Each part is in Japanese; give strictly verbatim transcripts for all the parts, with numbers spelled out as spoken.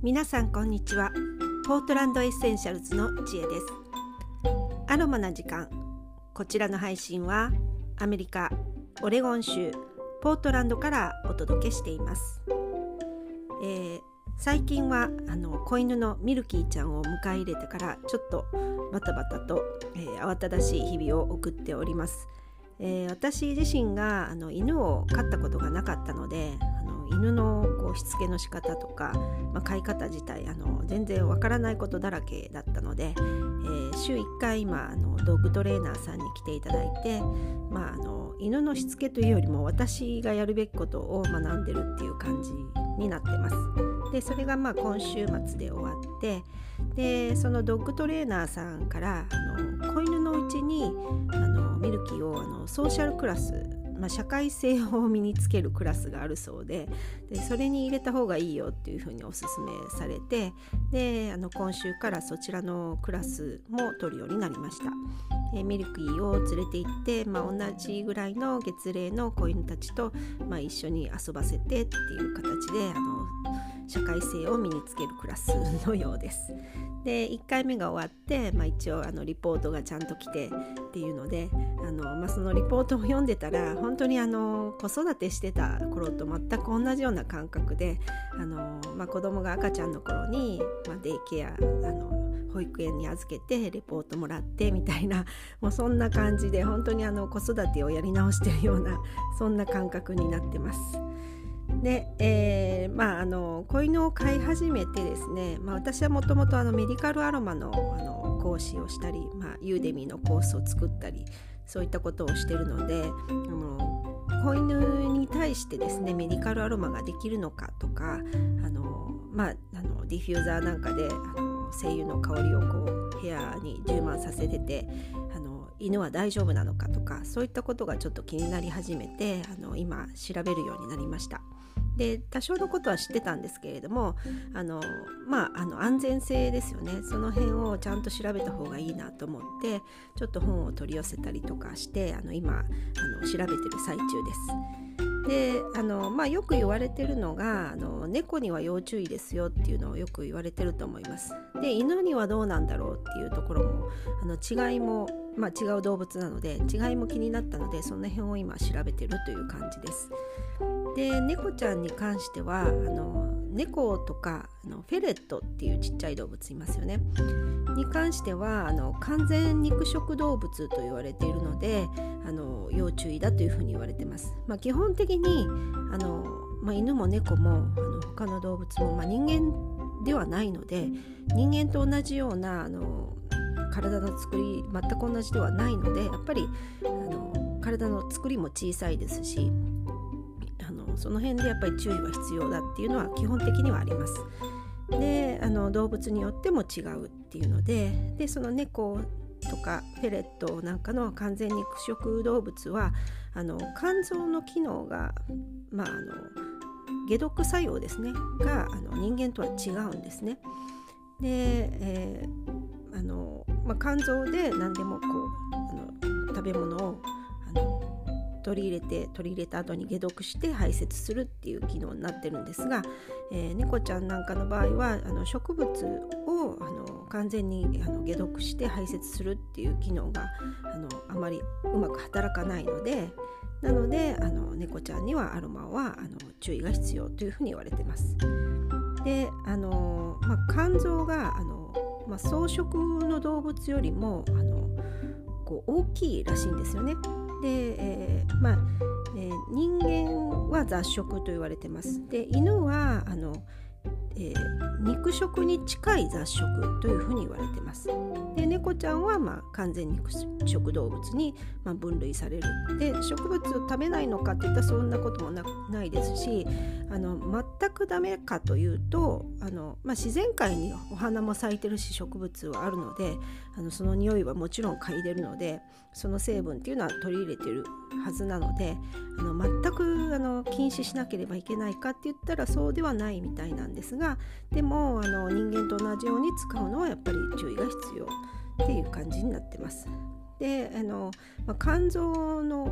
皆さんこんにちは。ポートランドエッセンシャルズの知恵です。アロマな時間。こちらの配信はアメリカオレゴン州ポートランドからお届けしています。えー、最近はあの子犬のミルキーちゃんを迎え入れてからちょっとバタバタと、えー、慌ただしい日々を送っております。えー、私自身があの犬を飼ったことがなかったので、あの犬のこうしつけの仕方とか、まあ、飼い方自体あの全然わからないことだらけだったので、えー、週いっかい今あのドッグトレーナーさんに来ていただいて、まあ、あの犬のしつけというよりも私がやるべきことを学んでるっていう感じになってます。でそれがまあ今週末で終わって、でそのドッグトレーナーさんからあの子犬のうちにあのミルキーをあのソーシャルクラス、まあ、社会性を身につけるクラスがあるそうで、でそれに入れた方がいいよっていうふうにおすすめされて、であの今週からそちらのクラスも取るようになりました。えミルキーを連れて行って、まあ、同じぐらいの月齢の子犬たちと、まあ、一緒に遊ばせてっていう形であの社会性を身につけるクラスのようです。でいっかいめが終わって、まあ、一応あのリポートがちゃんと来てっていうので、あの、まあ、そのリポートを読んでたら本当にあの子育てしてた頃と全く同じような感覚で、あの、まあ、子供が赤ちゃんの頃に、まあ、デイケアあの保育園に預けてレポートもらってみたいな、もうそんな感じで本当にあの子育てをやり直してるようなそんな感覚になってます。で、えーまあ、あの子犬を飼い始めてですね、まあ、私はもともとメディカルアロマ の, あの講師をしたり、まあ、ユーデミーのコースを作ったりそういったことをしているので、あの子犬に対してですねメディカルアロマができるのかとか、あの、まあ、あのディフューザーなんかであの精油の香りをこう部屋に充満させてて、あの犬は大丈夫なのかとか、そういったことがちょっと気になり始めて、あの今調べるようになりました。で多少のことは知ってたんですけれども、あの、まあ、あの安全性ですよね、その辺をちゃんと調べた方がいいなと思ってちょっと本を取り寄せたりとかして、あの今あの調べてる最中です。であの、まあ、よく言われてるのがあの猫には要注意ですよっていうのをよく言われてると思います。で犬にはどうなんだろうっていうところもあの違いも、まあ、違う動物なので違いも気になったので、その辺を今調べてるという感じです。で猫ちゃんに関してはあの猫とかあのフェレットっていうちっちゃい動物いますよねに関してはあの完全肉食動物と言われているので、あの要注意だというふうに言われています。まあ、基本的にあの、まあ、犬も猫もあの他の動物も、まあ、人間ではないので、人間と同じようなあの体の作り全く同じではないので、やっぱりあの体の作りも小さいですし、あのその辺でやっぱり注意は必要だっていうのは基本的にはあります。であの動物によっても違うっていうので、でその猫とかペレットなんかの完全肉食動物はあの肝臓の機能が、まあ、あの解毒作用ですねがあの人間とは違うんですね。で、えーあのまあ、肝臓で何でもこうあの食べ物をあの取り入れて取り入れた後に解毒して排泄するっていう機能になってるんですが、えー、猫ちゃんなんかの場合はあの植物をあの完全にあの解毒して排泄するっていう機能があのあまりうまく働かないので、なのであの猫ちゃんにはアロマはあの注意が必要というふうに言われています。であの、まあ、肝臓があの、まあ、草食の動物よりもあのこう大きいらしいんですよね。で、えーまあえー、人間は雑食と言われてます。で犬はあの、えー、肉食に近い雑食というふうに言われてます。で猫ちゃんは、まあ、完全肉食動物に、まあ、分類される。で植物を食べないのかっていったらそんなことも な, ないですし、あの全くダメかというとあの、まあ、自然界にお花も咲いてるし植物はあるので、あのその匂いはもちろん嗅いでるので、その成分っていうのは取り入れてるはずなので、あの全くあの禁止しなければいけないかって言ったらそうではないみたいなんですが、でもあの人間と同じように使うのはやっぱり注意が必要っていう感じになってます。であの、まあ、肝臓の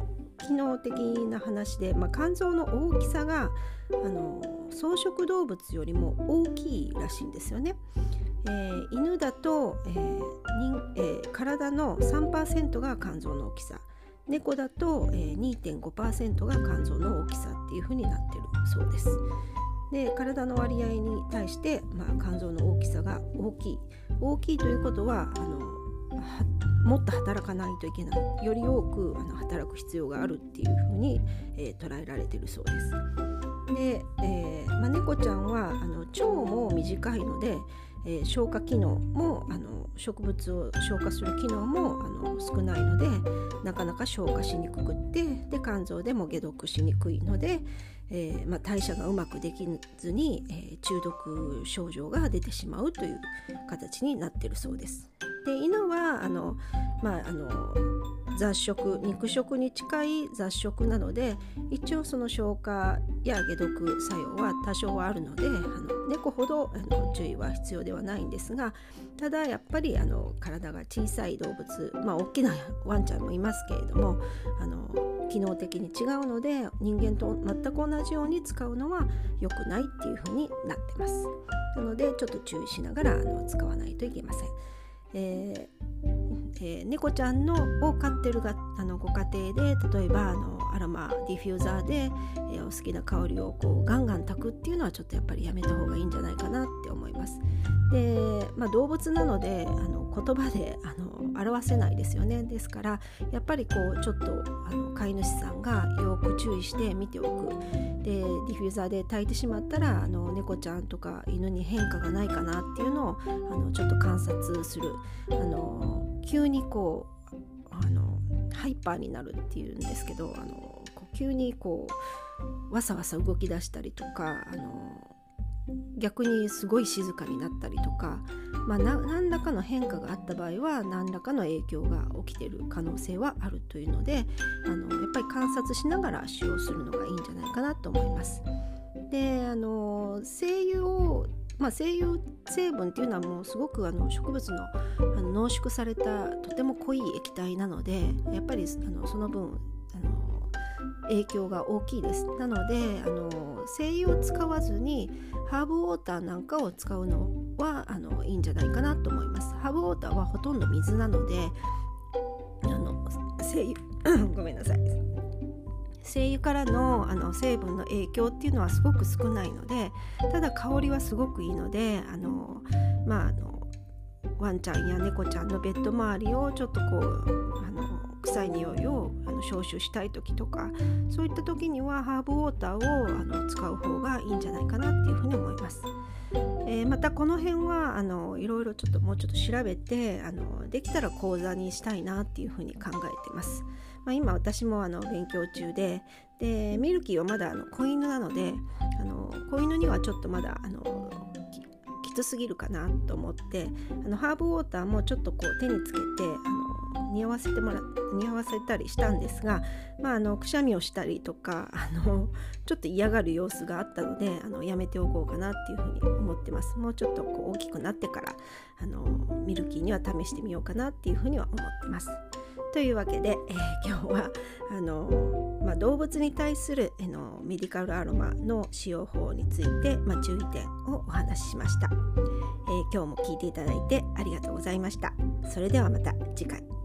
機能的な話で、まあ、肝臓の大きさがあの草食動物よりも大きいらしいんですよね。えー、犬だと、えー人えー、体の さんパーセント が肝臓の大きさ、猫だと、えー、にてんごパーセント が肝臓の大きさっていう風になってるそうです。で、体の割合に対して、まあ、肝臓の大きさが大きい大きいということはあのはもっと働かないといけない、より多くあの働く必要があるっていう風に、えー、捉えられているそうです。で、えーまあ、猫ちゃんはあの腸も短いので、えー、消化機能もあの植物を消化する機能もあの少ないので、なかなか消化しにくくって、で肝臓でも解毒しにくいので、えーまあ、代謝がうまくできずに、えー、中毒症状が出てしまうという形になっているそうです。で、犬はあの、まあ、あの雑食肉食に近い雑食なので、一応その消化や解毒作用は多少はあるので、あの猫ほどあの注意は必要ではないんですが、ただやっぱりあの体が小さい動物、まあ、大きなワンちゃんもいますけれども、あの機能的に違うので人間と全く同じように使うのは良くないっていう風になってます。なのでちょっと注意しながらあの使わないといけません。えーえー、猫ちゃんのを飼ってるがあのご家庭で、例えばあのアロマディフューザーで、えー、お好きな香りをこうガンガン炊くっていうのはちょっとやっぱりやめた方がいいんじゃないかなって思います。で、まあ、動物なのであの言葉であの表せないですよね。ですからやっぱりこうちょっとあの飼い主さんがよく注意して見ておく。で、ディフューザーで炊いてしまったらあの猫ちゃんとか犬に変化がないかなっていうのをあのちょっと観察する。あの急にこうあのハイパーになるっていうんですけど、あのこう急にこうわさわさ動き出したりとか、あの逆にすごい静かになったりとか、まあ、な何らかの変化があった場合は何らかの影響が起きている可能性はあるというので、あのやっぱり観察しながら使用するのがいいんじゃないかなと思います。で、あの精油をまあ、精油成分っていうのはもうすごくあの植物の、あの濃縮されたとても濃い液体なので、やっぱりあのその分あの影響が大きいです。なのであの精油を使わずにハーブウォーターなんかを使うのはあのいいんじゃないかなと思います。ハーブウォーターはほとんど水なので、あの精油ごめんなさい精油からの、あの成分の影響っていうのはすごく少ないので、ただ香りはすごくいいので、あの、まあ、あのワンちゃんや猫ちゃんのベッド周りをちょっとこうあの臭い匂いをあの消臭したい時とか、そういった時にはハーブウォーターをあの使う方がいいんじゃないかなっていうふうに思います。えー、またこの辺はあのいろいろちょっともうちょっと調べて、あのできたら講座にしたいなっていうふうに考えてます。まあ、今私もあの勉強中で、でミルキーはまだあの子犬なので、あの子犬にはちょっとまだあのき, きつすぎるかなと思って、あのハーブウォーターもちょっとこう手につけてあの匂わせてもら匂わせたりしたんですが、まあ、あのくしゃみをしたりとかあのちょっと嫌がる様子があったので、あのやめておこうかなっていうふうに思ってます。もうちょっとこう大きくなってからあのミルキーには試してみようかなっていうふうには思ってます。というわけで、えー、今日はあの、まあ、動物に対する、えー、のメディカルアロマの使用法について、まあ、注意点をお話ししました。えー、今日も聞いていただいてありがとうございました。それではまた次回。